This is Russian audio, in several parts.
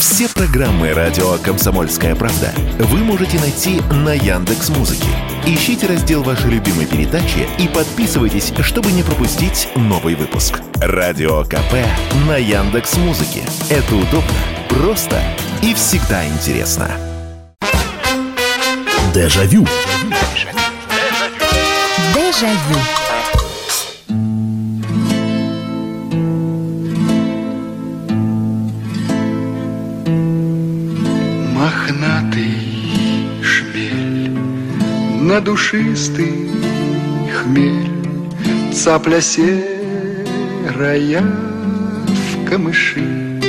Все программы радио «Комсомольская правда» вы можете найти на Яндекс.Музыке. Ищите раздел вашей любимой передачи и подписывайтесь, чтобы не пропустить новый выпуск. Радио КП на Яндекс.Музыке. Это удобно, просто и всегда интересно. Дежавю. Дежавю. Мохнатый шмель, надушистый хмель, цапля серая в камыши,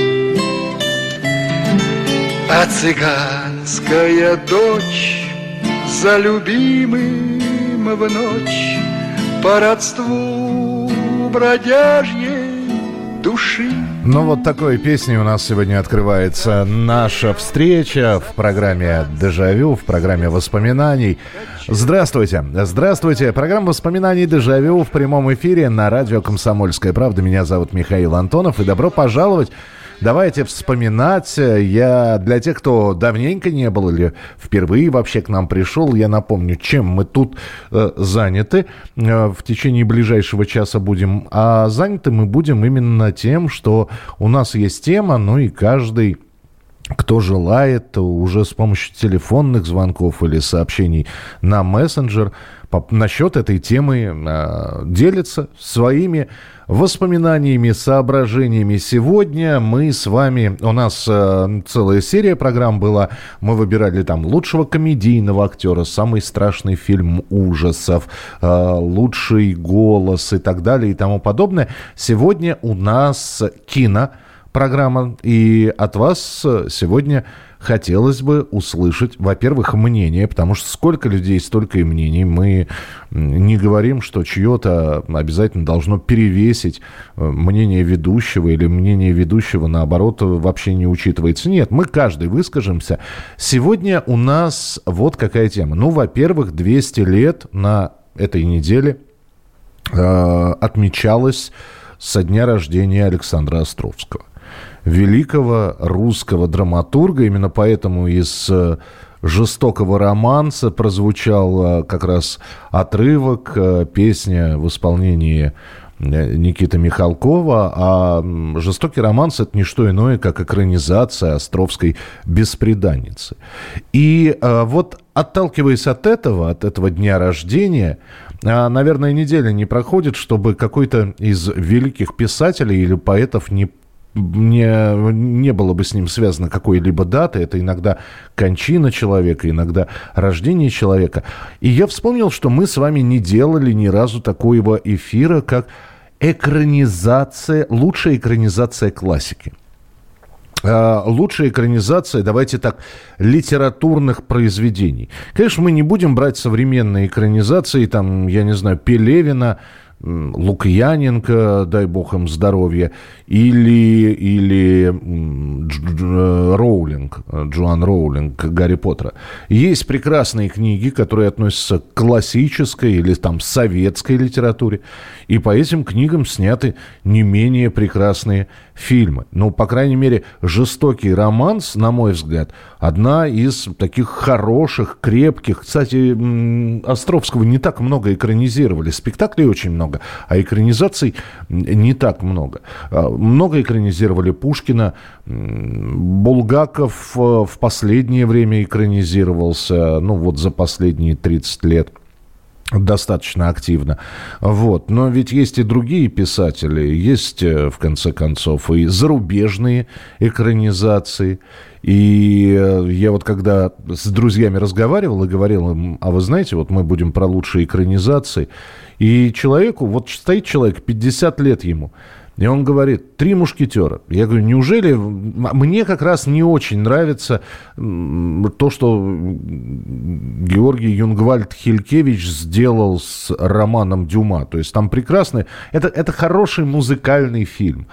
а цыганская дочь за любимым в ночь по родству бродяжьей души. Ну вот такой песней у нас сегодня открывается наша встреча в программе «Дежавю», в программе воспоминаний. Здравствуйте. Здравствуйте. Программа воспоминаний «Дежавю» в прямом эфире на радио «Комсомольская правда». Меня зовут Михаил Антонов. И добро пожаловать. Давайте вспоминать. Я для тех, кто давненько не был или впервые вообще к нам пришел, я напомню, чем мы тут заняты. В течение ближайшего часа будем. А заняты мы будем именно тем, что у нас есть тема, ну и каждый, кто желает, уже с помощью телефонных звонков или сообщений на мессенджер насчет этой темы делится своими воспоминаниями, соображениями. Сегодня мы с вами, у нас целая серия программ была, мы выбирали там лучшего комедийного актера, самый страшный фильм ужасов, лучший голос и так далее и тому подобное. Сегодня у нас кинопрограмма, и от вас сегодня хотелось бы услышать, во-первых, мнение, потому что сколько людей, столько и мнений. Мы не говорим, что чье-то обязательно должно перевесить мнение ведущего, или мнение ведущего, наоборот, вообще не учитывается. Нет, мы каждый выскажемся. Сегодня у нас вот какая тема. Ну, во-первых, 200 лет на этой неделе отмечалось со дня рождения Александра Островского, великого русского драматурга. Именно поэтому из «Жестокого романса» прозвучал как раз отрывок, песня в исполнении Никиты Михалкова. А «Жестокий романс» — это не что иное, как экранизация Островской «Бесприданницы». И вот, отталкиваясь от этого дня рождения, наверное, неделя не проходит, чтобы какой-то из великих писателей или поэтов не было бы с ним связано какой-либо даты. Это иногда кончина человека, иногда рождение человека. И я вспомнил, что мы с вами не делали ни разу такого эфира, как лучшая экранизация классики. Лучшая экранизация, давайте так, литературных произведений. Конечно, мы не будем брать современные экранизации, там, я не знаю, Пелевина, Лукьяненко, дай бог им здоровья, или Роулинг, Джоан Роулинг, Гарри Поттера. Есть прекрасные книги, которые относятся к классической или там советской литературе, и по этим книгам сняты не менее прекрасные фильмы. Ну, по крайней мере, «Жестокий романс», на мой взгляд, одна из таких хороших, крепких. Кстати, Островского не так много экранизировали. Спектаклей очень много, а экранизаций не так много. Много экранизировали Пушкина. Булгаков в последнее время экранизировался, ну вот за последние 30 лет. Достаточно активно. Вот. Но ведь есть и другие писатели, есть, в конце концов, и зарубежные экранизации. И я вот когда с друзьями разговаривал и говорил им, а вы знаете, вот мы будем про лучшие экранизации, и человеку, вот стоит человек, 50 лет ему, и он говорит, «Три мушкетера». Я говорю, неужели... Мне как раз не очень нравится то, что Георгий Юнгвальд Хилькевич сделал с романом Дюма. То есть там прекрасный... Это хороший музыкальный фильм.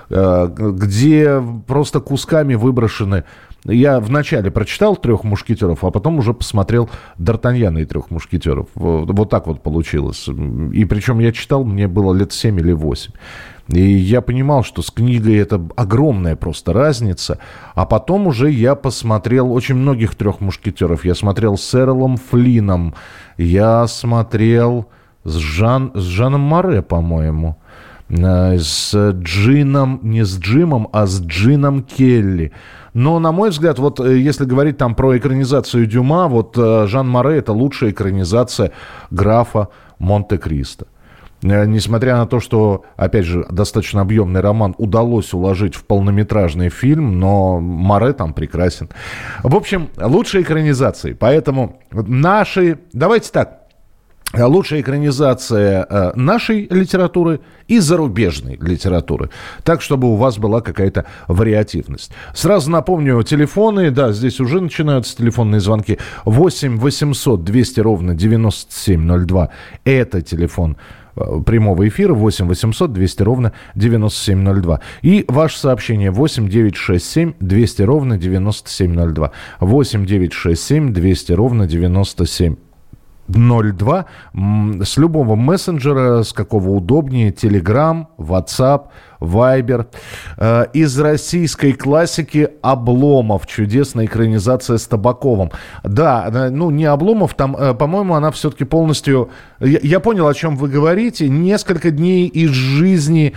где просто кусками выброшены. Я вначале прочитал «Трех мушкетеров», а потом уже посмотрел «Д'Артаньяна и трех мушкетеров». Вот так вот получилось. И причем я читал, мне было лет 7 или 8. И я понимал, что с книгой это огромная просто разница. А потом уже я посмотрел очень многих «Трех мушкетеров». Я смотрел с Эролом Флинном. Я смотрел с Жаном Море, по-моему. С Джином, не с Джимом, а с Джином Келли. Но, на мой взгляд, вот если говорить там про экранизацию Дюма, вот Жан Море — это лучшая экранизация графа Монте-Кристо. Несмотря на то, что, опять же, достаточно объемный роман удалось уложить в полнометражный фильм, но Море там прекрасен. В общем, лучшие экранизации. Поэтому давайте так. Лучшая экранизация нашей литературы и зарубежной литературы. Так, чтобы у вас была какая-то вариативность. Сразу напомню, телефоны, да, здесь уже начинаются телефонные звонки. 8 800 200 ровно 9702. Это телефон прямого эфира. 8 800 200 ровно 9702. И ваше сообщение 8 967 200 ровно 9702. 8 967 200 ровно 9702. 02. С любого мессенджера, с какого удобнее, Telegram, WhatsApp, Viber. Из российской классики «Обломов». Чудесная экранизация с Табаковым. Да, ну не «Обломов», там, по-моему, она все-таки полностью... Я понял, о чем вы говорите. Несколько дней из жизни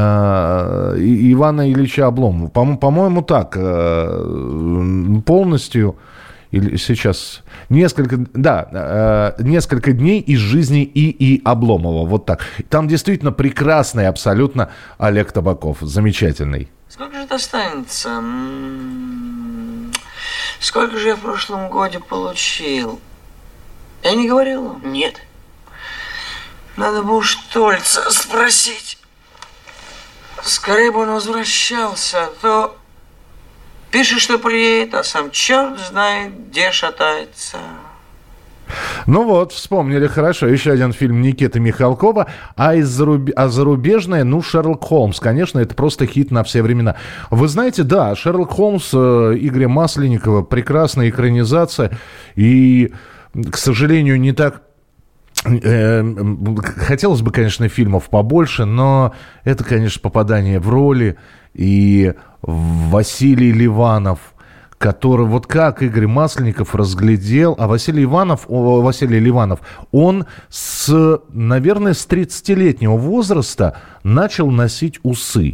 Ивана Ильича Обломова. По-моему, так. Полностью... Или сейчас несколько дней из жизни И.И. Обломова. Вот так. Там действительно прекрасный абсолютно Олег Табаков. Замечательный. Сколько же это останется? Сколько же я в прошлом году получил? Я не говорил? Нет. Надо бы у Штольца спросить. Скорее бы он возвращался, а то... Пишет, что приедет, а сам черт знает, где шатается. Ну вот, вспомнили, хорошо. Еще один фильм Никиты Михалкова. Зарубежная, Шерлок Холмс. Конечно, это просто хит на все времена. Вы знаете, да, Шерлок Холмс Игоря Масленникова, прекрасная экранизация. И, к сожалению, не так... Хотелось бы, конечно, фильмов побольше, но это, конечно, попадание в роли. И Василий Ливанов, который, вот как Игорь Масленников разглядел, а Василий Ливанов, он наверное, с 30-летнего возраста начал носить усы.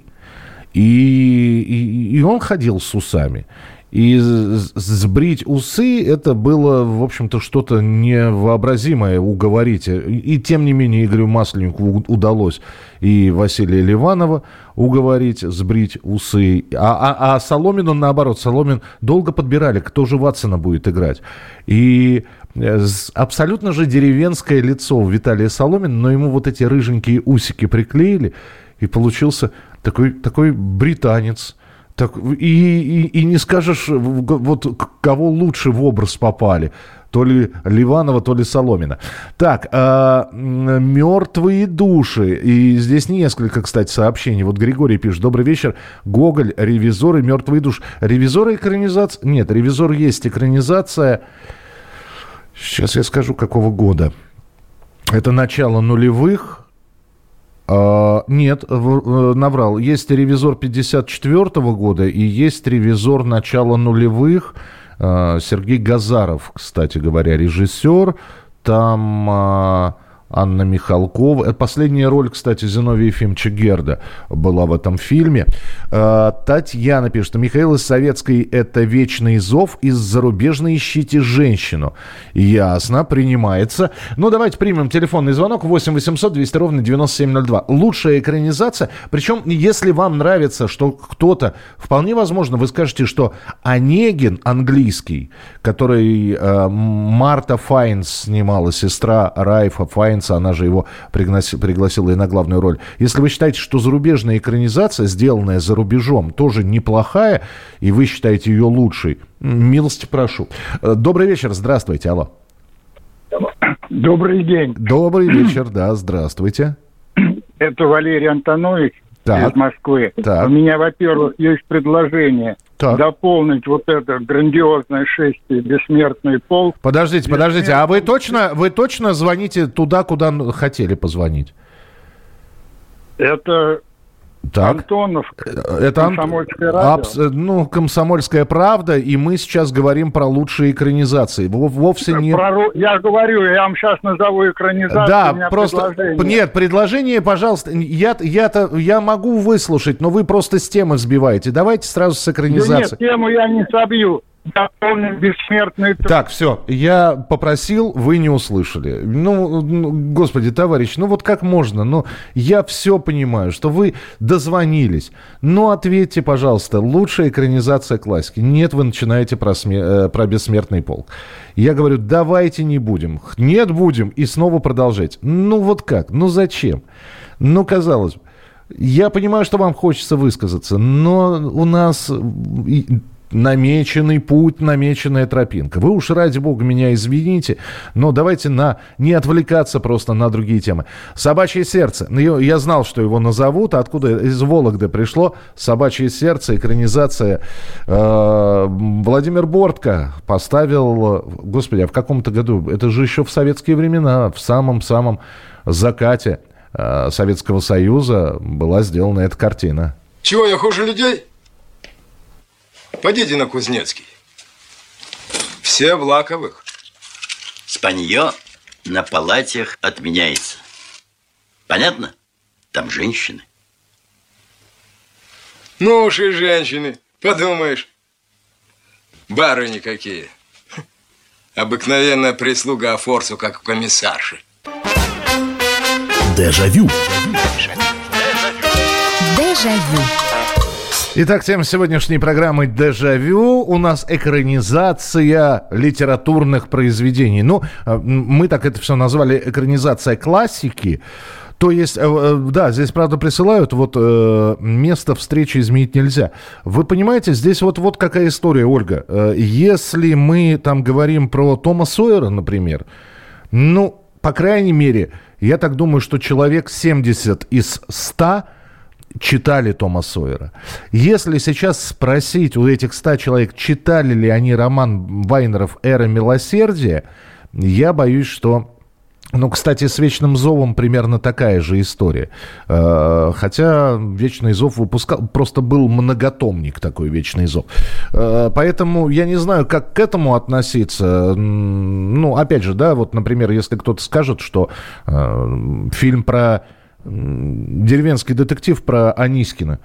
И он ходил с усами. И сбрить усы, это было, в общем-то, что-то невообразимое, уговорить. И, тем не менее, Игорю Масленникову удалось и Василия Ливанова уговорить сбрить усы. А Соломину, наоборот, Соломин долго подбирали, кто же Ватсона будет играть. И абсолютно же деревенское лицо у Виталия Соломина, но ему вот эти рыженькие усики приклеили, и получился такой британец. Так, и не скажешь, вот кого лучше в образ попали. То ли Ливанова, то ли Соломина. Так, «Мертвые души». И здесь несколько, кстати, сообщений. Вот Григорий пишет: добрый вечер. Гоголь, «Ревизоры», «Мертвые души». «Ревизоры» экранизация? Нет, «Ревизор» есть экранизация. Сейчас я скажу, какого года. Это начало нулевых. Нет, наврал. Есть «Ревизор» 54 года и есть «Ревизор» начала нулевых. Сергей Газаров, кстати говоря, режиссер. Там Анна Михалкова. Последняя роль, кстати, Зиновия Ефимовича Герда была в этом фильме. Татьяна пишет, что Михаил из советской — это «Вечный зов», из зарубежной «Ищите женщину». Ясно, принимается. Ну, давайте примем телефонный звонок. 8 800 200 ровно 9702. Лучшая экранизация. Причем, если вам нравится, что кто-то... Вполне возможно, вы скажете, что Онегин английский, который Марта Файнс снимала, сестра Райфа Файнс, она же его пригласила и на главную роль. Если вы считаете, что зарубежная экранизация, сделанная за рубежом, тоже неплохая, и вы считаете ее лучшей, милости прошу. Добрый вечер, здравствуйте, алло. Добрый день. Добрый вечер, да, здравствуйте. Это Валерий Антонович. Так. из Москвы. Так. У меня, во-первых, есть предложение дополнить вот это грандиозное шествие «Бессмертный полк». Подождите, а вы точно звоните туда, куда хотели позвонить? Это так. Антонов, это «Комсомольская радио». «Комсомольская правда», и мы сейчас говорим про лучшие экранизации. Вовсе не... Я говорю, я вам сейчас назову экранизацию. Да, просто... Нет, предложение, пожалуйста, я могу выслушать, но вы просто с темы сбиваете. Давайте сразу с экранизацией. Нет, тему я не собью. Дополнен «Бессмертный полк». Так, все, я попросил, вы не услышали. Господи, товарищ, вот как можно? Я все понимаю, что вы дозвонились. Ответьте, пожалуйста, лучшая экранизация классики. Нет, вы начинаете про «Бессмертный полк». Я говорю, давайте не будем. Нет, будем. И снова продолжать. Вот как? Зачем? Казалось бы. Я понимаю, что вам хочется высказаться, но у нас... намеченный путь, намеченная тропинка. Вы уж, ради бога, меня извините, но давайте не отвлекаться просто на другие темы. «Собачье сердце». Я знал, что его назовут. Откуда? Из Вологды пришло. «Собачье сердце», экранизация. Владимир Бортко поставил... Господи, а в каком-то году? Это же еще в советские времена, в самом-самом закате Советского Союза была сделана эта картина. Чего, я хуже людей? Пойдите на Кузнецкий. Все в лаковых. Спанье на палатях отменяется. Понятно? Там женщины. Ну уж и женщины. Подумаешь. Барыни какие. Обыкновенная прислуга афорсу, как у комиссарши. Дежавю. Дежавю. Итак, тема сегодняшней программы «Дежавю». У нас экранизация литературных произведений. Мы так это все назвали экранизация классики. То есть, да, здесь, правда, присылают, место встречи изменить нельзя. Вы понимаете, здесь вот какая история, Ольга. Если мы там говорим про Тома Сойера, например, по крайней мере, я так думаю, что человек 70 из 100 читали Тома Сойера. Если сейчас спросить у этих 100 человек, читали ли они роман Вайнеров «Эра милосердия», я боюсь, что... кстати, с «Вечным зовом» примерно такая же история. Хотя «Вечный зов» выпускал... Просто был многотомник такой «Вечный зов». Поэтому я не знаю, как к этому относиться. Опять же, да, например, если кто-то скажет, что фильм про... деревенский детектив про Анискина.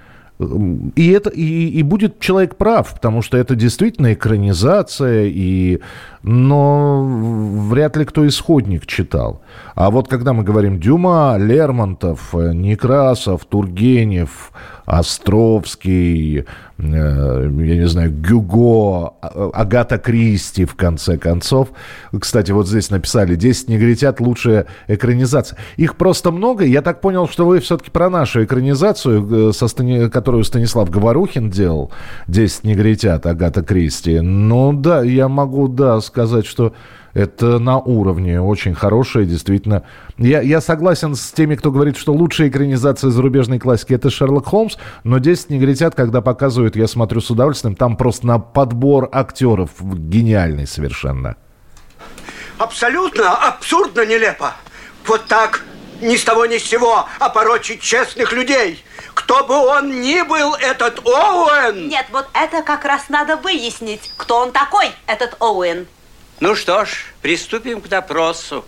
И будет человек прав, потому что это действительно экранизация, но вряд ли кто исходник читал. А когда мы говорим Дюма, Лермонтов, Некрасов, Тургенев, Островский, я не знаю, Гюго, Агата Кристи, в конце концов. Кстати, здесь написали «10 негритят» — лучшая экранизация. Их просто много. Я так понял, что вы все-таки про нашу экранизацию, которую Станислав Говорухин делал, «10 негритят», Агата Кристи. Да, я могу, сказать, что это на уровне очень хорошее, действительно. Я согласен с теми, кто говорит, что лучшая экранизация зарубежной классики — это Шерлок Холмс, но «10 негритят», когда показывают, я смотрю с удовольствием, там просто на подбор актеров гениальный совершенно. Абсолютно, абсурдно нелепо. Вот так, ни с того ни с сего, опорочить честных людей. Кто бы он ни был, этот Оуэн... Нет, это как раз надо выяснить, кто он такой, этот Оуэн. Ну что ж, приступим к допросу.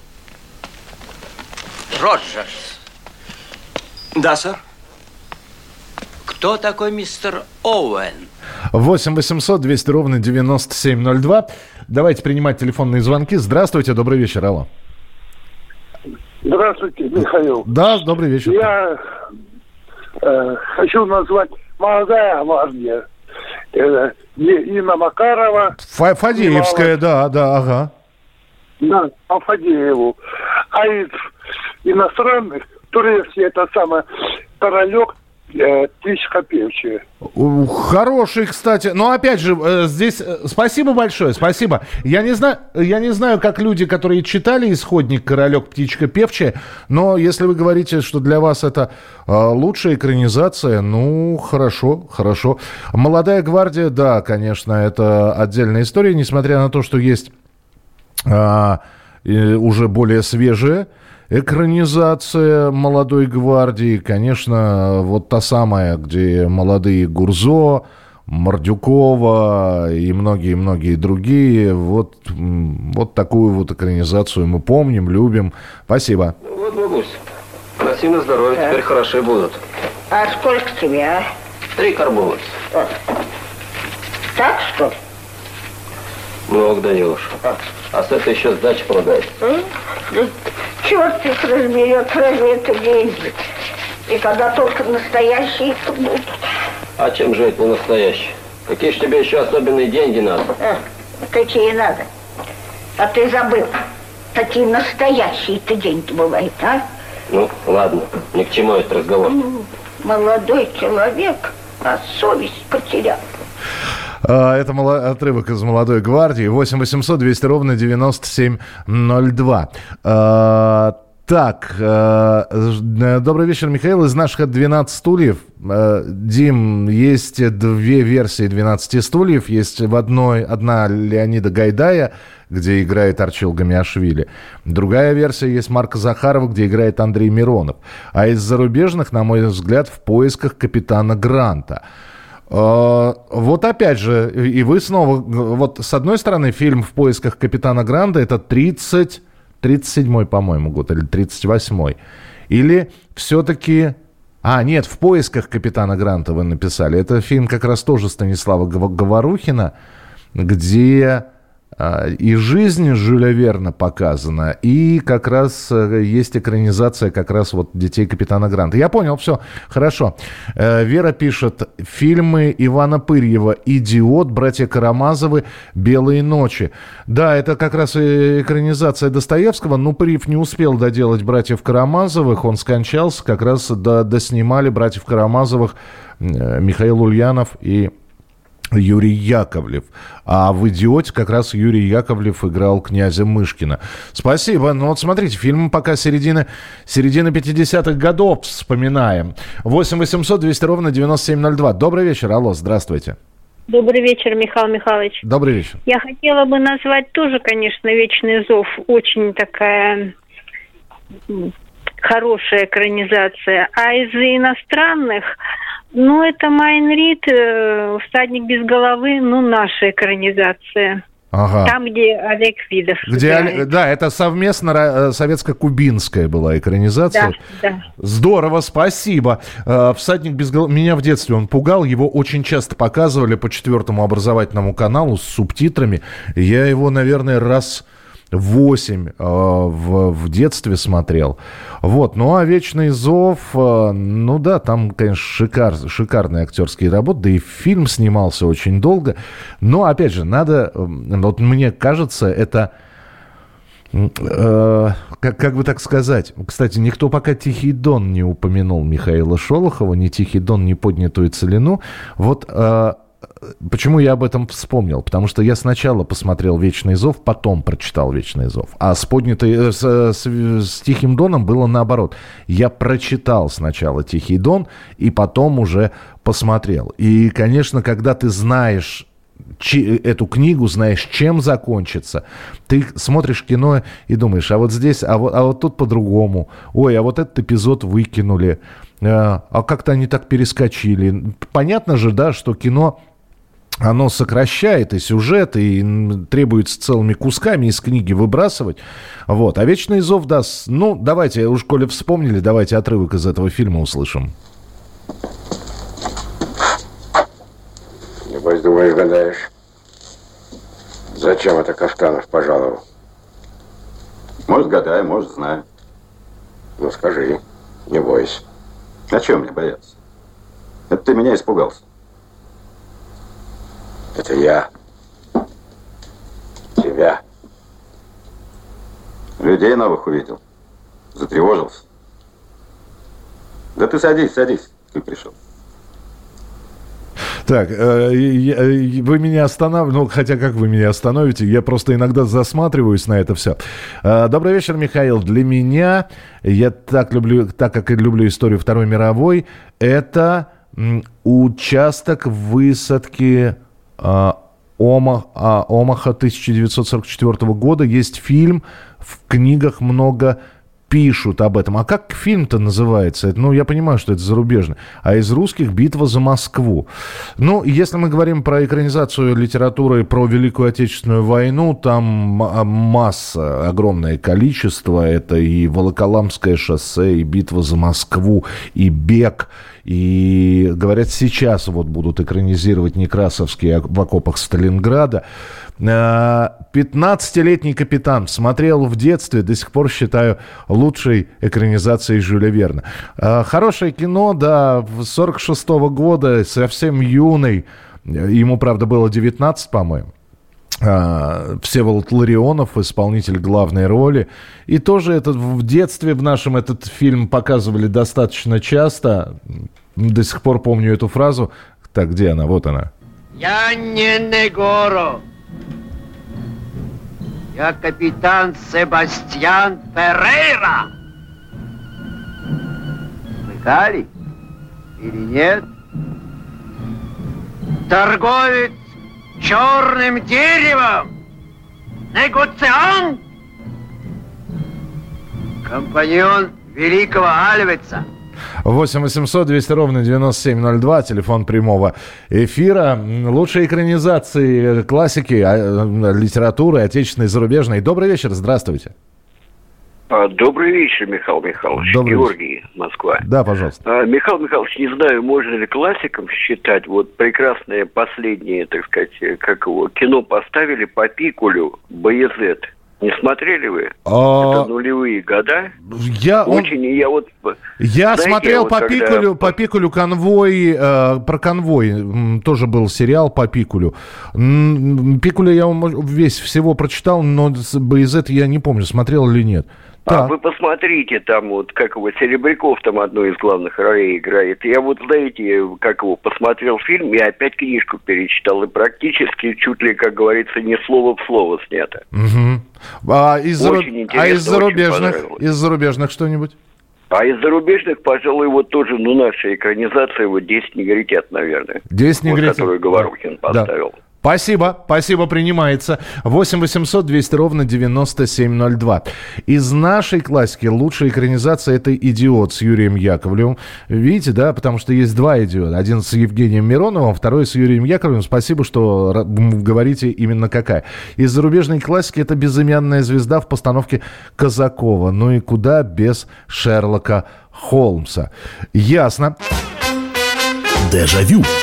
Роджерс. Да, сэр. Кто такой мистер Оуэн? 8 800 200 ровно 9702. Давайте принимать телефонные звонки. Здравствуйте, добрый вечер, алло. Здравствуйте, Михаил. Да, добрый вечер. Я хочу назвать «Молодая гвардия». Инна Макарова. Фадеевская, да, ага. Да, по Фадееву. А из иностранных, турецкий, это самое, Королек, «Птичка певчая». Хороший, кстати. Но опять же, здесь спасибо большое, спасибо. Я не знаю, как люди, которые читали исходник «Королек, птичка певчая», но если вы говорите, что для вас это лучшая экранизация, ну, хорошо. «Молодая гвардия», да, конечно, это отдельная история, несмотря на то, что есть уже более свежая экранизация «Молодой гвардии», конечно, вот та самая, где молодые Гурзо, Мордюкова и многие-многие другие. Вот такую вот экранизацию мы помним, любим. Спасибо. Вот, бабусь, носи на здоровье, теперь хороши будут. А сколько тебе, а? 3 карбованца. Так, что ли? Много даешь. А с этой еще сдачи продать. Черт их разберет, разве это деньги? И когда только настоящие будут. А чем же это настоящие? Какие ж тебе еще особенные деньги надо? Какие надо? А ты забыл. Такие настоящие-то деньги бывают, а? Ну, ладно, ни к чему этот разговор. Молодой человек, а совесть потерял. Это отрывок из «Молодой гвардии». 8 800 200 ровно 9702. Так, добрый вечер, Михаил. Из наших 12 стульев. Дим, есть 2 версии 12 стульев. Есть одна Леонида Гайдая, где играет Арчил Гамиашвили. Другая версия есть Марка Захарова, где играет Андрей Миронов. А из зарубежных, на мой взгляд, «В поисках капитана Гранта». Вот опять же, и вы снова... Вот с одной стороны, фильм «В поисках капитана Гранта» — это 37-й, по-моему, год, или 38-й. Или все-таки... Нет, «В поисках капитана Гранта» вы написали. Это фильм как раз тоже Станислава Говорухина, где и жизнь Жюля Верна показана, и как раз есть экранизация как раз вот «Детей капитана Гранта». Я понял, все, хорошо. Вера пишет: фильмы Ивана Пырьева «Идиот», «Братья Карамазовы», «Белые ночи». Да, это как раз экранизация Достоевского, но Пырьев не успел доделать «Братьев Карамазовых», он скончался, как раз доснимали «Братьев Карамазовых» Михаил Ульянов и Юрий Яковлев. А в «Идиоте» как раз Юрий Яковлев играл князя Мышкина. Спасибо. Ну вот смотрите, фильм пока середины 50-х годов вспоминаем. 8 800 200 ровно 9702. Добрый вечер. Алло, здравствуйте. Добрый вечер, Михаил Михайлович. Добрый вечер. Я хотела бы назвать тоже, конечно, «Вечный зов». Очень такая хорошая экранизация. А из иностранных... это Майн Рид, «Всадник без головы», наша экранизация. Ага. Там, где Олег Видов. Да, это совместно советско-кубинская была экранизация. Да. Здорово, спасибо. «Всадник без головы». Меня в детстве он пугал. Его очень часто показывали по 4-му образовательному каналу с субтитрами. Я его, наверное, раз 8 в детстве смотрел. Вот. Ну, а «Вечный зов», там, конечно, шикарные актерские работы, да и фильм снимался очень долго. Но, опять же, мне кажется, это... Как бы так сказать? Кстати, никто пока «Тихий дон» не упомянул Михаила Шолохова, ни «Тихий дон», ни «Поднятую целину». Вот... Почему я об этом вспомнил? Потому что я сначала посмотрел «Вечный зов», потом прочитал «Вечный зов». А с «Тихим доном» было наоборот. Я прочитал сначала «Тихий дон» и потом уже посмотрел. И, конечно, когда ты знаешь эту книгу, знаешь, чем закончится, ты смотришь кино и думаешь, а вот здесь, а вот тут по-другому. Ой, а вот этот эпизод выкинули. А как-то они так перескочили. Понятно же, да, что кино... Оно сокращает и сюжет, и требуется целыми кусками из книги выбрасывать. Вот. А «Вечный зов», да, давайте, уж коли вспомнили, давайте отрывок из этого фильма услышим. Небось, думаешь, гадаешь, зачем это Каштанов пожаловал? Может, гадаю, может, знаю. Ну, скажи, не бойся. А чего мне бояться? Это ты меня испугался. Это я. Тебя. Людей новых увидел. Затревожился. Да ты садись, ты пришел. Так, вы меня останавливаете, ну, хотя как вы меня остановите, я просто иногда засматриваюсь на это все. Добрый вечер, Михаил. Для меня, я так как и люблю историю Второй мировой, это участок высадки Омаха 1944 года. Есть фильм, в книгах много пишут об этом. А как фильм-то называется? Ну, я понимаю, что это зарубежно. А из русских «Битва за Москву». Ну, если мы говорим про экранизацию литературы про Великую Отечественную войну, там масса, огромное количество. Это и Волоколамское шоссе, и «Битва за Москву», и «Бег». И, говорят, сейчас вот будут экранизировать Некрасовский в окопах Сталинграда. 15-летний капитан. Смотрел в детстве, до сих пор считаю лучшей экранизацией Жюля Верна. Хорошее кино, да, 46-го года, совсем юный. Ему, правда, было 19, по-моему. Всеволод Ларионов, исполнитель главной роли. И тоже в детстве в нашем этот фильм показывали достаточно часто. До сих пор помню эту фразу. Так, где она? Вот она. Я не Негоро. Я капитан Себастьян Феррейра. Слыхали? Или нет? Торговец черным деревом. Негоциант. Компаньон великого Альвеца. 8 800 200 ровно 9702, телефон прямого эфира. Лучшие экранизации классики, литературы, отечественной, зарубежной. Добрый вечер, здравствуйте. Добрый вечер, Михаил Михайлович. Добрый Георгий, вечер. Москва. Да, пожалуйста. Михаил Михайлович, не знаю, можно ли классиком считать. Вот прекрасное последнее, так сказать, кино поставили по Пикулю, «Баязет». Не смотрели вы? Это нулевые года. Я смотрел по Пикулю конвой, про конвой. Тоже был сериал по Пикулю. Пикуля я весь всего прочитал, но Баязет я не помню, смотрел или нет. А вы посмотрите, там вот, Серебряков там одну из главных ролей играет. Я вот, знаете, посмотрел фильм и опять книжку перечитал. И практически, чуть ли, как говорится, не слово в слово снято. Угу. Из зарубежных что-нибудь? А из зарубежных, пожалуй, вот тоже, наша экранизация, вот «10 негритят», наверное. «10 негритят». Которую Говорухин поставил. Да. Спасибо, принимается. 8 800 200 ровно 9702. Из нашей классики лучшая экранизация — это «Идиот» с Юрием Яковлевым. Видите, да, потому что есть два «Идиота». Один с Евгением Мироновым, второй с Юрием Яковлевым. Спасибо, что говорите именно какая. Из зарубежной классики это «Безымянная звезда» в постановке Казакова. Ну и куда без Шерлока Холмса. Ясно. Дежавю.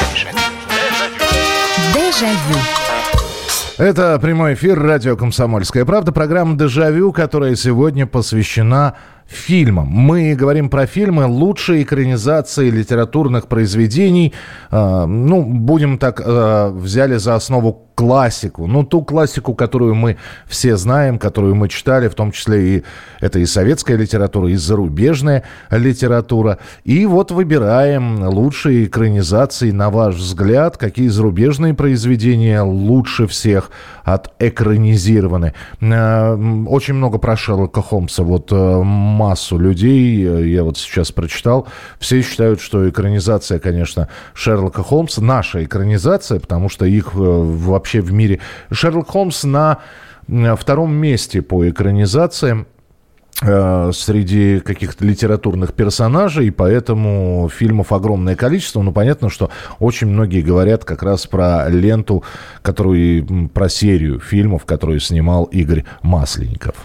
Дежавю. Это прямой эфир радио «Комсомольская правда», программа «Дежавю», которая сегодня посвящена фильмам. Мы говорим про фильмы, лучшие экранизации литературных произведений. Будем так, взяли за основу классику. Ту классику, которую мы все знаем, которую мы читали, в том числе это и советская литература, и зарубежная литература. И вот выбираем лучшие экранизации, на ваш взгляд, какие зарубежные произведения лучше всех отэкранизированы. Очень много про Шерлока Холмса. Массу людей, я вот сейчас прочитал, все считают, что экранизация, конечно, Шерлока Холмса, наша экранизация, потому что их вообще в мире... Шерлок Холмс на втором месте по экранизациям среди каких-то литературных персонажей, поэтому фильмов огромное количество. Понятно, что очень многие говорят как раз про ленту, про серию фильмов, которую снимал Игорь Масленников.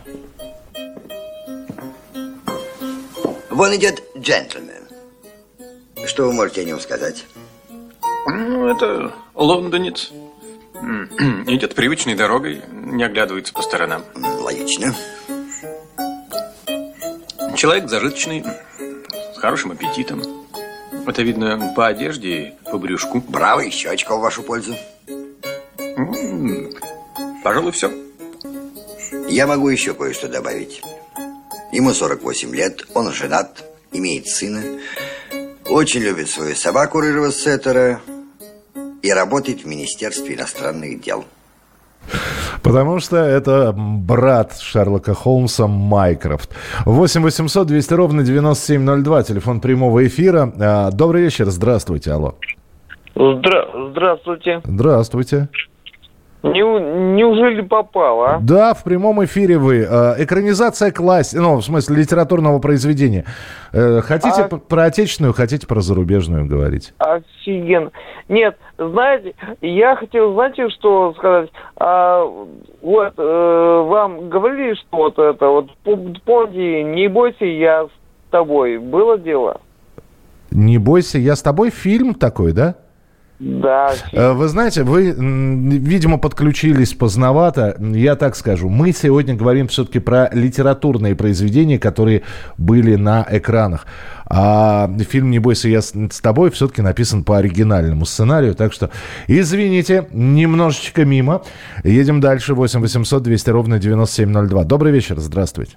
Вон идет джентльмен. Что вы можете о нем сказать? Это лондонец. Идет привычной дорогой, не оглядывается по сторонам. Логично. Человек зажиточный, с хорошим аппетитом. Это видно по одежде и по брюшку. Браво, еще очко в вашу пользу. Пожалуй, все. Я могу еще кое-что добавить. Ему 48 лет, он женат, имеет сына, очень любит свою собаку рыжего сеттера, и работает в Министерстве иностранных дел. Потому что это брат Шерлока Холмса Майкрофт. 8 800 200 ровно 9702, телефон прямого эфира. Добрый вечер, здравствуйте, алло. Здравствуйте. Здравствуйте. Неужели попал, а? Да, в прямом эфире вы. Экранизация в смысле литературного произведения. Хотите про отечественную, хотите про зарубежную говорить? Офигенно. Нет, знаете, я хотел, знаете, что сказать? Вам говорили что-то помните, не бойся, я с тобой. Было дело? Не бойся, я с тобой. Фильм такой, да? Да. Вы знаете, вы, видимо, подключились поздновато. Я так скажу. Мы сегодня говорим все-таки про литературные произведения, которые были на экранах. А фильм «Не бойся, я с тобой» все-таки написан по оригинальному сценарию. Так что, извините, немножечко мимо. Едем дальше. 8 800 200 ровно 9702. Добрый вечер. Здравствуйте.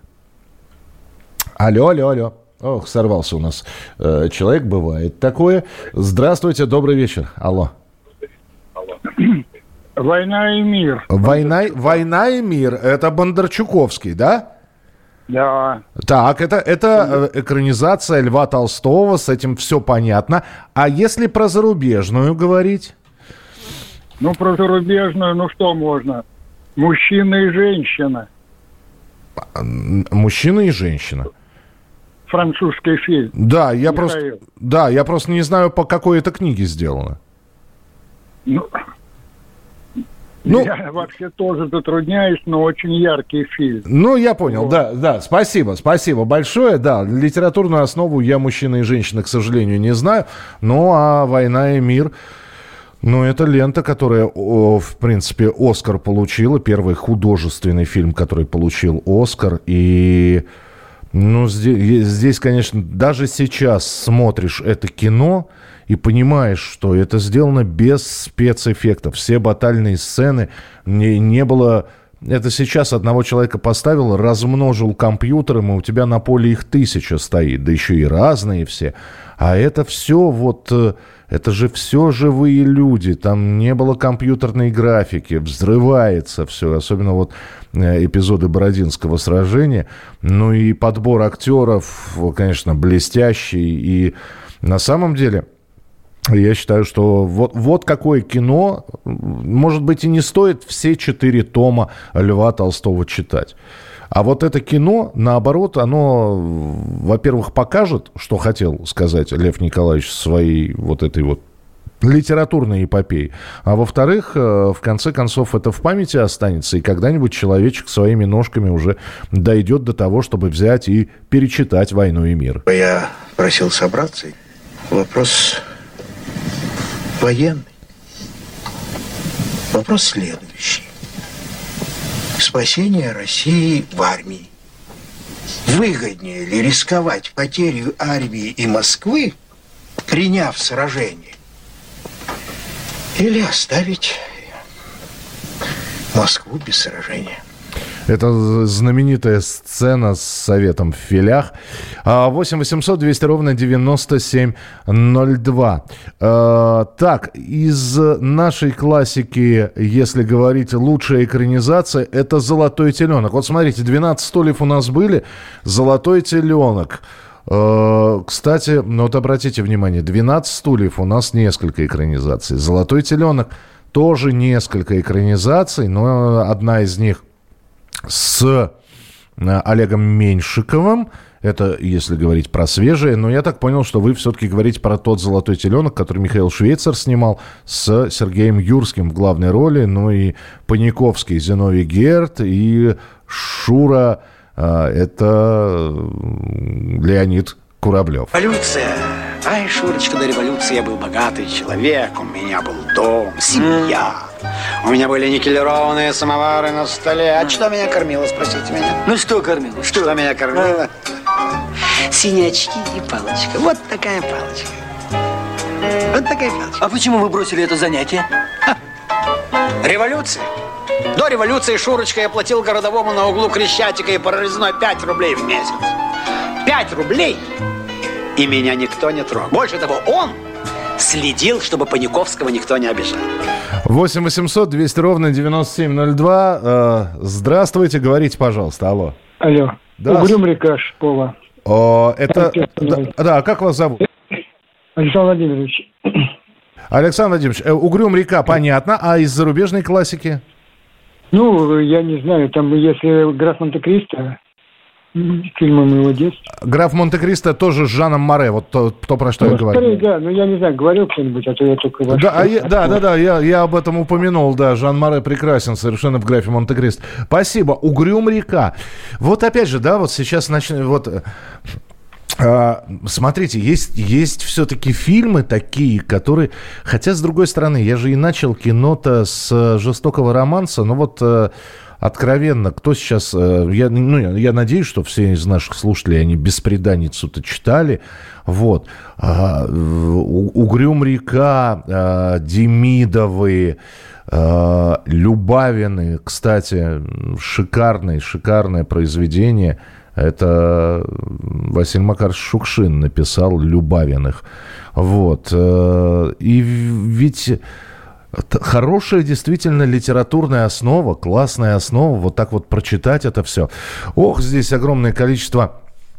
Алло. Ох, сорвался у нас человек, бывает такое. Здравствуйте, добрый вечер. Алло. «Война и мир». «Война и мир». Это Бондарчуковский, да? Да. Так, это экранизация Льва Толстого, с этим все понятно. А если про зарубежную говорить? Про зарубежную, что можно? Мужчина и женщина. Мужчина и женщина. Французский фильм. Да, я просто не знаю, по какой это книге сделано. Я вообще тоже затрудняюсь, но очень яркий фильм. Я понял, да, спасибо большое, да, литературную основу я, мужчина и женщина, к сожалению, не знаю, а «Война и мир», это лента, которая, в принципе, «Оскар» получила, первый художественный фильм, который получил «Оскар», и... здесь, конечно, даже сейчас смотришь это кино и понимаешь, что это сделано без спецэффектов. Все батальные сцены не было... Это сейчас одного человека поставил, размножил компьютером, и у тебя на поле их 1000 стоит, да еще и разные все. А это все это же все живые люди, там не было компьютерной графики, взрывается все, особенно эпизоды Бородинского сражения. И подбор актеров, конечно, блестящий, и на самом деле... Я считаю, что вот какое кино, может быть, и не стоит все 4 тома Льва Толстого читать. А это кино, наоборот, оно, во-первых, покажет, что хотел сказать Лев Николаевич в своей этой литературной эпопеи. А во-вторых, в конце концов, это в памяти останется, и когда-нибудь человечек своими ножками уже дойдет до того, чтобы взять и перечитать «Войну и мир». Я просил собраться. Вопрос... военный. Вопрос следующий. Спасение России в армии. Выгоднее ли рисковать потерей армии и Москвы, приняв сражение, или оставить Москву без сражения? Это знаменитая сцена с советом в филях. 8 800 200 ровно 9702. Так, из нашей классики, если говорить, лучшая экранизация, это «Золотой теленок». Смотрите, 12 стульев у нас были, «Золотой теленок». Кстати, обратите внимание, 12 стульев у нас несколько экранизаций. «Золотой теленок» тоже несколько экранизаций, но одна из них с Олегом Меньшиковым. Это если говорить про свежие. Но я так понял, что вы все-таки говорите про тот «Золотой теленок», который Михаил Швейцар снимал с Сергеем Юрским в главной роли. И Паниковский, Зиновий Герд, и Шура, это Леонид Куравлев. Революция. Ай, Шурочка, до революции я был богатый человек. У меня был дом, семья. У меня были никелированные самовары на столе. А что меня кормило, спросите меня? Что кормило? Что меня кормило? Синие очки и палочка. Вот такая палочка. Вот такая палочка. А почему вы бросили это занятие? Революция. До революции, Шурочка, я платил городовому на углу Крещатика и Прорезной 5 рублей в месяц. 5 рублей, и меня никто не трогал. Больше того, он следил, чтобы Паниковского никто не обижал. 8 800 200 ровно 9702. Здравствуйте, говорите, пожалуйста. Алло. Алло. Да. Угрюм река Шпова. Это... Да, как вас зовут? Александр Владимирович. Александр Владимирович, «Угрюм река», понятно. А из зарубежной классики? Ну, я не знаю. Там, если «Граф Монте-Кристо», фильмы моего детства. «Граф Монте-Кристо» тоже с Жаном Море. Вот то, про что я говорю. Да, но я не знаю, говорил кто-нибудь, а то я только... Да, я об этом упомянул, да. Жан Море прекрасен совершенно в «Графе Монте-Кристо». Спасибо. «Угрюм река». Вот опять же, да, вот сейчас начнем... Вот... Смотрите, есть все-таки фильмы такие, которые... Хотя, с другой стороны, я же и начал кино-то с жестокого романса, но вот откровенно, кто сейчас... Я надеюсь, что все из наших слушателей, они «Бесприданницу»-то читали. Вот. «Угрюм река», Демидовы, Любавины, кстати, шикарное произведение. Это Василий Макарович Шукшин написал «Любавиных». Вот. И ведь хорошая действительно литературная основа, классная основа, вот так вот прочитать это все. Ох, здесь огромное количество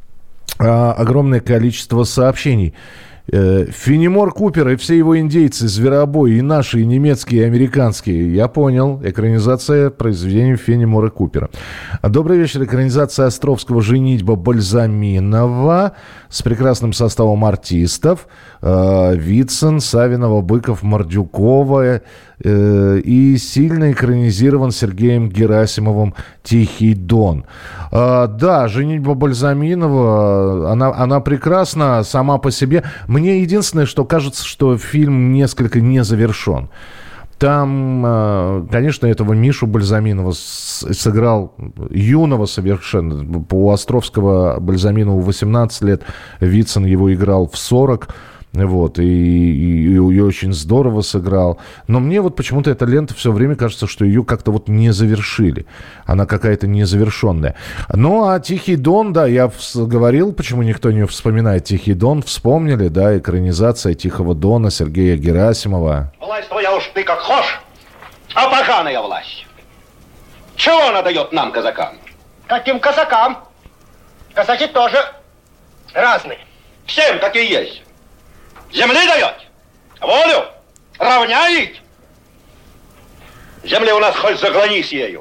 сообщений. Фенемор Купер и все его индейцы, зверобой, и наши, и немецкие, и американские. Я понял. Экранизация произведения Фенемора Купера. Добрый вечер. Экранизация Островского «Женитьба» Бальзаминова с прекрасным составом артистов. Вицин, Савинова, Быков, Мордюкова. И сильно экранизирован Сергеем Герасимовым «Тихий Дон». Да, «Женитьба» Бальзаминова, она прекрасна сама по себе. Мне единственное, что кажется, что фильм несколько не завершен. Там, конечно, этого Мишу Бальзаминова сыграл юного совершенно. У Островского Бальзаминову 18 лет, Вицин его играл в 40. Вот, и очень здорово сыграл. Но мне вот почему-то эта лента все время кажется, что ее как-то вот не завершили. Она какая-то незавершенная. Ну, а «Тихий Дон», да, я говорил, почему никто не вспоминает «Тихий Дон». Вспомнили, да, экранизация «Тихого Дона» Сергея Герасимова. Власть твоя уж ты как хошь, а поганая власть. Чего она дает нам, казакам? Каким казакам? Казаки тоже разные. Всем какие есть. Земли дает, волю равняет. Земли у нас хоть заглонись ею.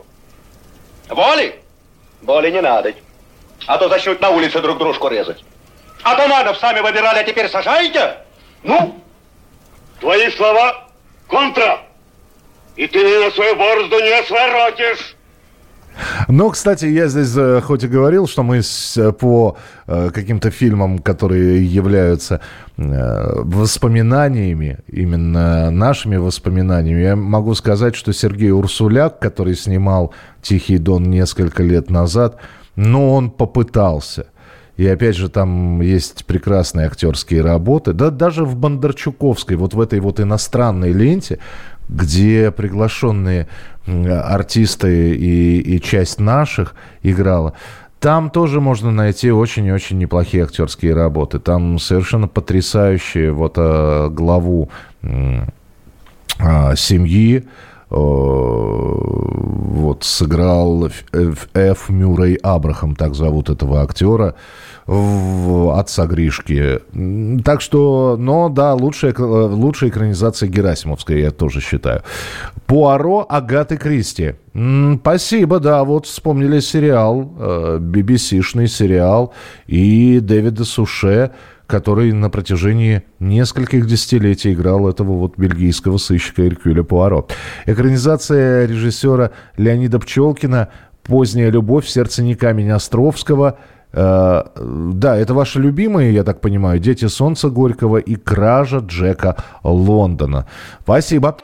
Воли не надо. А то зачнут на улице друг дружку резать. Атаманов сами выбирали, а теперь сажаете? Ну, твои слова контра. И ты на свою борозду не своротишь. Ну, кстати, я здесь хоть и говорил, что мы по каким-то фильмам, которые являются воспоминаниями, именно нашими воспоминаниями, я могу сказать, что Сергей Урсуляк, который снимал «Тихий Дон» несколько лет назад, он попытался. И опять же, там есть прекрасные актерские работы. Да даже в Бондарчуковской, вот в этой вот иностранной ленте, где приглашенные артисты и часть наших играла, там тоже можно найти очень-очень неплохие актерские работы. Там совершенно потрясающие вот главу семьи вот сыграл Ф. Мюррей Абрахам, так зовут этого актера, отца Гришки. Так что, да, лучшая экранизация герасимовская, я тоже считаю. Пуаро Агаты Кристи. Спасибо, да, вот вспомнили сериал, BBC-шный сериал, и Дэвида Суше, который на протяжении нескольких десятилетий играл этого вот бельгийского сыщика Эркюля Пуаро. Экранизация режиссера Леонида Пчелкина «Поздняя любовь. Сердце не камень» Островского. Да, это ваши любимые, я так понимаю, «Дети солнца» Горького и «Кража» Джека Лондона. Спасибо.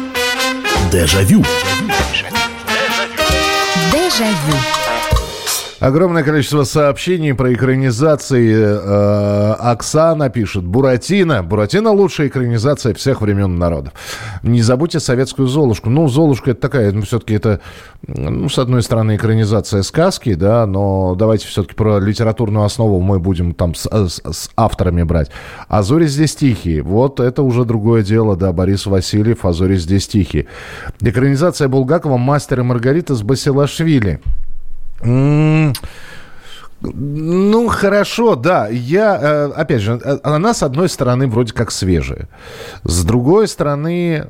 Дежавю. Дежавю. Огромное количество сообщений про экранизации. Оксана пишет: Буратино. Буратино — лучшая экранизация всех времен и народов. Не забудьте советскую «Золушку». Ну, «Золушка» — это такая, все-таки это, с одной стороны, экранизация сказки, да, но давайте все-таки про литературную основу мы будем там с авторами брать. «А зори здесь тихие». Вот это уже другое дело, да, Борис Васильев, «А зори здесь тихие». Экранизация Булгакова «Мастер и Маргарита» с Басилашвили. Ну, хорошо, да. Опять же, она, с одной стороны, вроде как свежая. С другой стороны,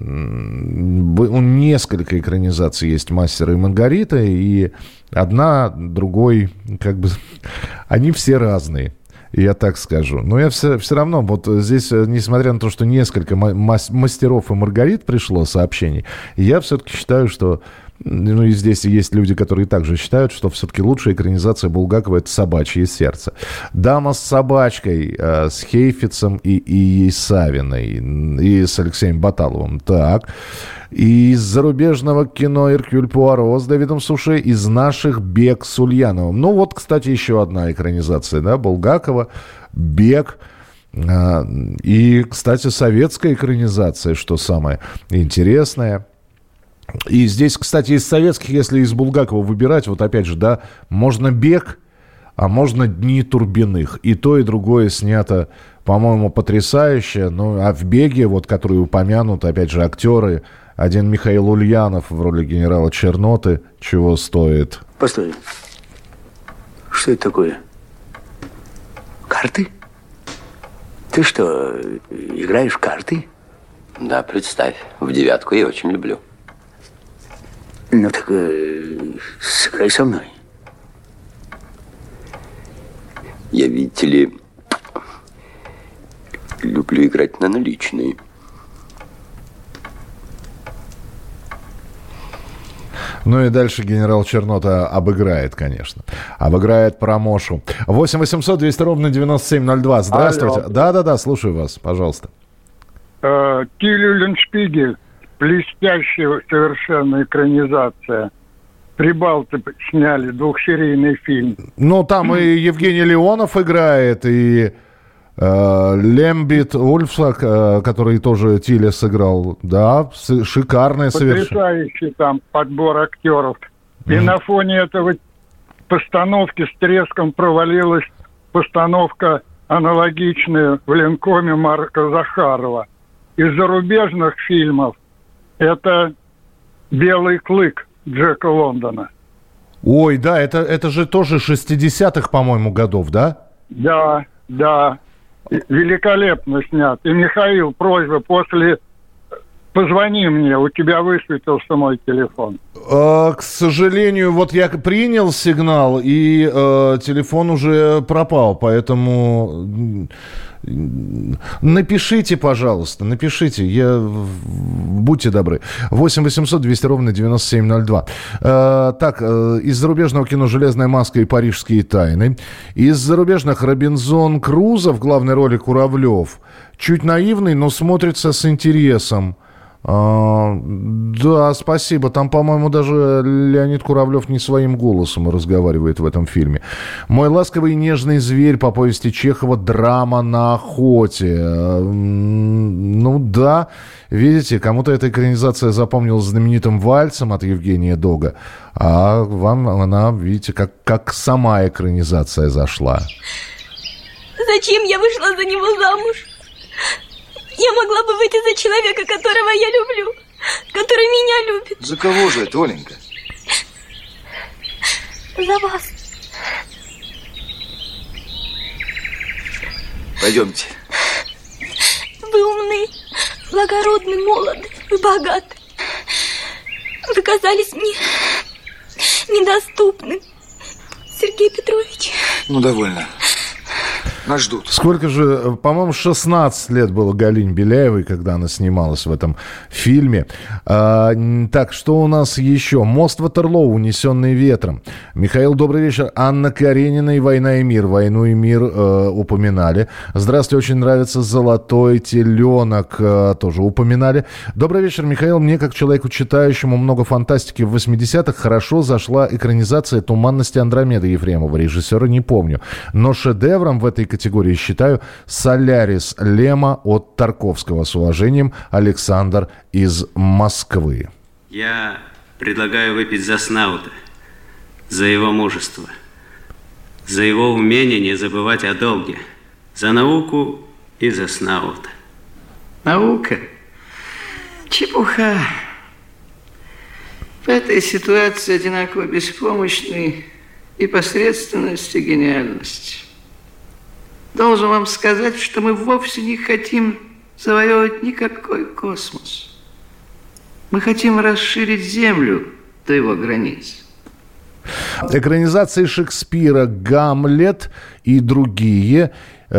несколько экранизаций есть «Мастера и Маргарита», и одна другой, как бы, они все разные. Я так скажу. Но я все равно, вот здесь, несмотря на то, что несколько «Мастеров и Маргарит» пришло сообщений, я все-таки считаю, что... Ну и здесь есть люди, которые также считают, что все-таки лучшая экранизация Булгакова — это «Собачье сердце». «Дама с собачкой» с Хейфицем и Савиной, и с Алексеем Баталовым. Так. И из зарубежного кино «Эркюль Пуаро» с Давидом Суше, из наших «Бег» с Ульяновым. Ну вот, кстати, еще одна экранизация, да, Булгакова, «Бег». И, кстати, советская экранизация, что самое интересное. И здесь, кстати, из советских, если из Булгакова выбирать, вот опять же, да, можно «Бег», а можно «Дни Турбиных». И то, и другое снято, по-моему, потрясающе. Ну, а в «Беге», вот, которые упомянуты, опять же, актеры, один Михаил Ульянов в роли генерала Черноты, чего стоит. Постой. Что это такое? Карты? Ты что, играешь в карты? Да, представь, в девятку я очень люблю. Ну так сыграй со мной. Я, видите ли, люблю играть на наличные. Ну и дальше генерал Чернота обыграет, конечно. Обыграет Промошу. 8 800 200 ровно 9702. Здравствуйте. Да-да-да, слушаю вас, пожалуйста. Тиль Eulenspiegel. Блестящая совершенно экранизация. Прибалты сняли двухсерийный фильм. Ну, там и Евгений Леонов играет, и Лембит Ульфсак, который тоже Тиля сыграл. Да, шикарная совершенно. Потрясающий там подбор актеров. И на фоне этого постановки с треском провалилась постановка аналогичная в Ленкоме Марка Захарова. Из зарубежных фильмов это «Белый клык» Джека Лондона. Ой, да, это же тоже 60-х, по-моему, годов, да? Да, да. Великолепно снят. И, Михаил, просьба, после... Позвони мне, у тебя высветился мой телефон. К сожалению, вот я принял сигнал, и телефон уже пропал, поэтому напишите, пожалуйста, напишите, будьте добры. 8 800 200 ровно 9702. Так, из зарубежного кино «Железная маска» и «Парижские тайны». Из зарубежных «Робинзон Крузо» в главной роли Куравлев. Чуть наивный, но смотрится с интересом. Да, спасибо. Там, по-моему, даже Леонид Куравлев не своим голосом разговаривает в этом фильме. «Мой ласковый и нежный зверь» по повести Чехова, драма на охоте. Ну да, видите, кому-то эта экранизация запомнилась знаменитым вальсом от Евгения Дога, а вам она, видите, как сама экранизация зашла. Зачем я вышла за него замуж? Я могла бы выйти за человека, которого я люблю, который меня любит. За кого же это, Оленька? За вас. Пойдемте. Вы умны, благородны, молоды и богаты. Вы казались мне недоступны, Сергей Петрович. Ну, довольно. Нас ждут. Сколько же, по-моему, 16 лет было Галине Беляевой, когда она снималась в этом фильме. Так, что у нас еще? «Мост Ватерлоу, унесенный ветром». Михаил, добрый вечер. Анна Каренина и «Война и мир». «Войну и мир» упоминали. Здравствуйте, очень нравится «Золотой теленок», тоже упоминали. Добрый вечер, Михаил. Мне, как человеку, читающему много фантастики в 80-х, хорошо зашла экранизация «Туманности Андромеды» Ефремова. Режиссера не помню. Но шедевром в этой категории считаю «Солярис» Лема от Тарковского. С уважением, Александр из Москвы. Я предлагаю выпить за Снаута, за его мужество, за его умение не забывать о долге, за науку и за Снаута. Наука? Чепуха. В этой ситуации одинаково беспомощны и посредственность, и гениальность. Должен вам сказать, что мы вовсе не хотим завоевывать никакой космос. Мы хотим расширить Землю до его границ. Экранизации Шекспира «Гамлет» и другие.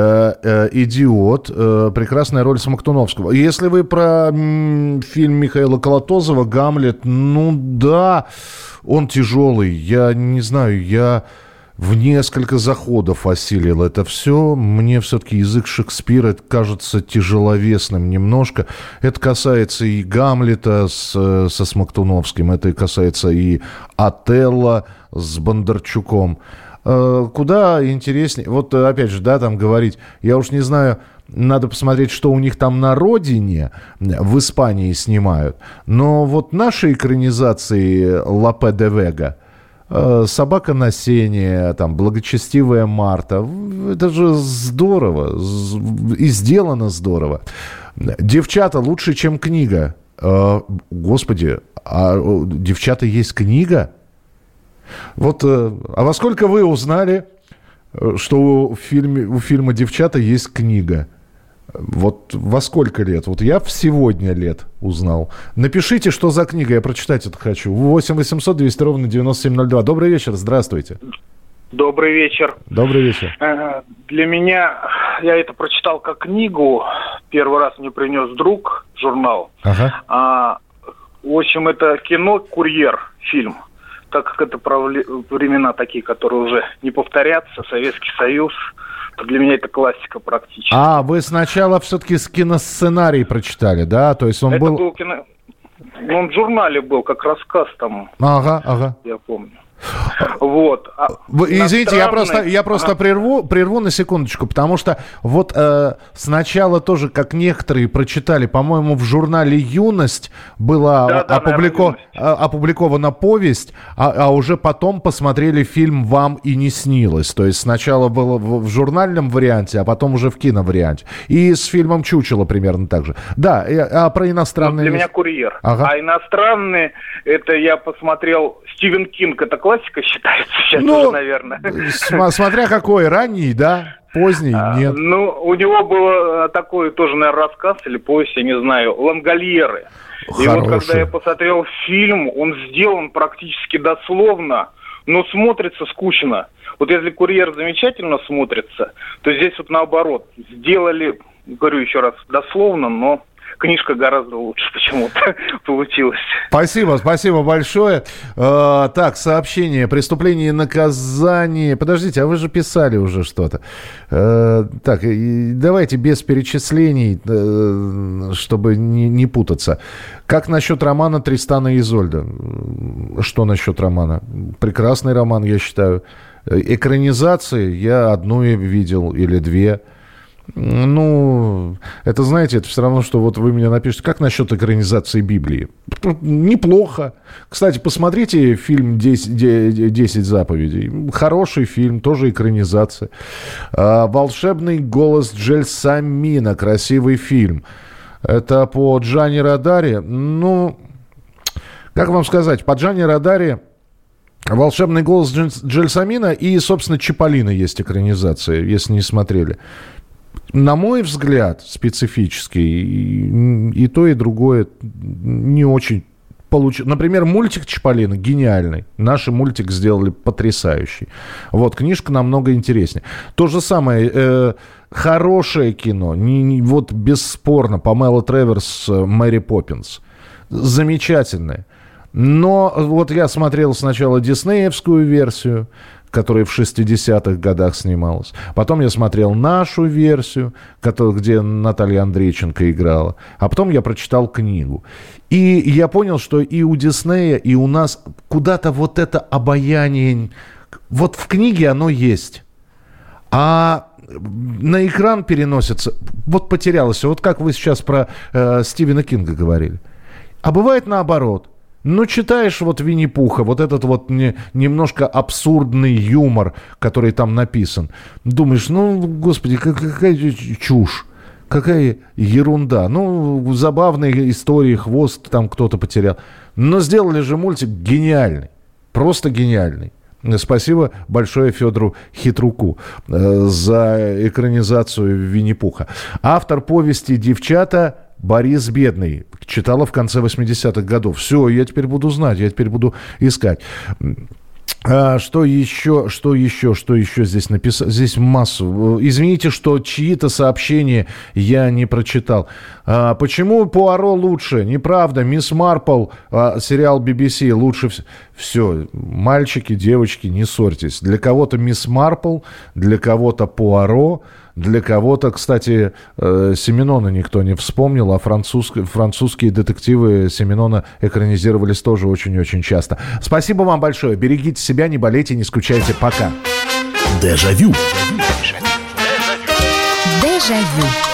«Идиот». Прекрасная роль Смоктуновского. Если вы про фильм Михаила Колотозова «Гамлет», ну да, он тяжелый. Я не знаю, я в несколько заходов осилил это все. Мне все-таки язык Шекспира кажется тяжеловесным немножко. Это касается и Гамлета со Смоктуновским, это касается и Отелло с Бондарчуком. Куда интереснее, вот опять же, да, там говорить, я уж не знаю, надо посмотреть, что у них там на родине, в Испании снимают. Но вот наши экранизации Лопе де Вега, «Собака на сене», там, «Благочестивая Марта». Это же здорово. И сделано здорово. «Девчата» лучше, чем книга. Господи, а «Девчата» есть книга? Вот, а во сколько вы узнали, что у фильма «Девчата» есть книга? Вот во сколько лет? Вот я в сегодня лет узнал. Напишите, что за книга, я прочитать это хочу. 8 800 200 ровно 9702. Добрый вечер, здравствуйте. Добрый вечер. Добрый вечер. Для меня, я это прочитал как книгу. Первый раз мне принес друг журнал. Ага. В общем, это кино «Курьер», фильм. Так как это про времена такие, которые уже не повторятся, Советский Союз, то для меня это классика практически. А, вы сначала все-таки киносценарий прочитали, да? То есть он это был кино... Он в журнале был, как рассказ там. Ага. Я помню. Вот. Извините, я просто прерву на секундочку, потому что вот сначала тоже, как некоторые прочитали, по-моему, в журнале «Юность» была опубликована повесть, а уже потом посмотрели фильм «Вам и не снилось». То есть сначала было в журнальном варианте, а потом уже в киноварианте. И с фильмом «Чучело» примерно так же. Да, а про иностранные... Для меня «Курьер». Ага. А иностранные, это я посмотрел Стивен Кинг, это классика считается сейчас уже, наверное. Смотря какой, ранний, да? Поздний, нет. Ну, у него был такой тоже, наверное, рассказ или повесть, я не знаю, «Лангольеры». И вот когда я посмотрел фильм, он сделан практически дословно, но смотрится скучно. Вот если «Курьер» замечательно смотрится, то здесь вот наоборот. Сделали, говорю еще раз, дословно, но... Книжка гораздо лучше почему-то получилась. Спасибо большое. Так, сообщение. «Преступление и наказание». Подождите, а вы же писали уже что-то. Так, давайте без перечислений, чтобы не путаться. Как насчет романа «Тристана и Изольда»? Что насчет романа? Прекрасный роман, я считаю. Экранизации я одну видел или две. Ну, это, знаете, это все равно, что вот вы мне напишите, как насчет экранизации Библии? Неплохо. Кстати, посмотрите фильм «10 заповедей». Хороший фильм, тоже экранизация. «Волшебный голос Джельсамина». Красивый фильм. Это по Джанни Родари. Ну, как вам сказать, по Джанни Родари «Волшебный голос Джельсамина» и, собственно, «Чиполлино» есть экранизация, если не смотрели. На мой взгляд, специфический, и то, и другое не очень Например, мультик «Чиполлино» гениальный. Наши мультик сделали потрясающий. Вот, книжка намного интереснее. То же самое, хорошее кино, вот бесспорно, Памела Треверс, «Мэри Поппинс». Замечательное. Но вот я смотрел сначала диснеевскую версию, которая в 60-х годах снималась. Потом я смотрел нашу версию, где Наталья Андрейченко играла. А потом я прочитал книгу. И я понял, что и у Диснея, и у нас куда-то вот это обаяние... Вот в книге оно есть. А на экран переносится... Вот потерялось. Вот как вы сейчас про Стивена Кинга говорили. А бывает наоборот. Ну, читаешь вот Винни-Пуха, вот этот вот немножко абсурдный юмор, который там написан. Думаешь, ну, господи, какая чушь, какая ерунда. Ну, забавные истории, хвост там кто-то потерял. Но сделали же мультик гениальный, просто гениальный. Спасибо большое Федору Хитруку за экранизацию Винни-Пуха. Автор повести «Девчата» Борис Бедный. Читала в конце 80-х годов. Все, я теперь буду знать, я теперь буду искать. Что еще здесь написано? Здесь массу. Извините, что чьи-то сообщения я не прочитал. Почему Пуаро лучше? Неправда. Мисс Марпл, сериал BBC, лучше все. Мальчики, девочки, не ссорьтесь. Для кого-то Мисс Марпл, для кого-то Пуаро, для кого-то, кстати, Семенона никто не вспомнил, а французские детективы Семенона экранизировались тоже очень-очень часто. Спасибо вам большое. Берегите себя, не болейте, не скучайте. Пока. Дежавю. Дежавю.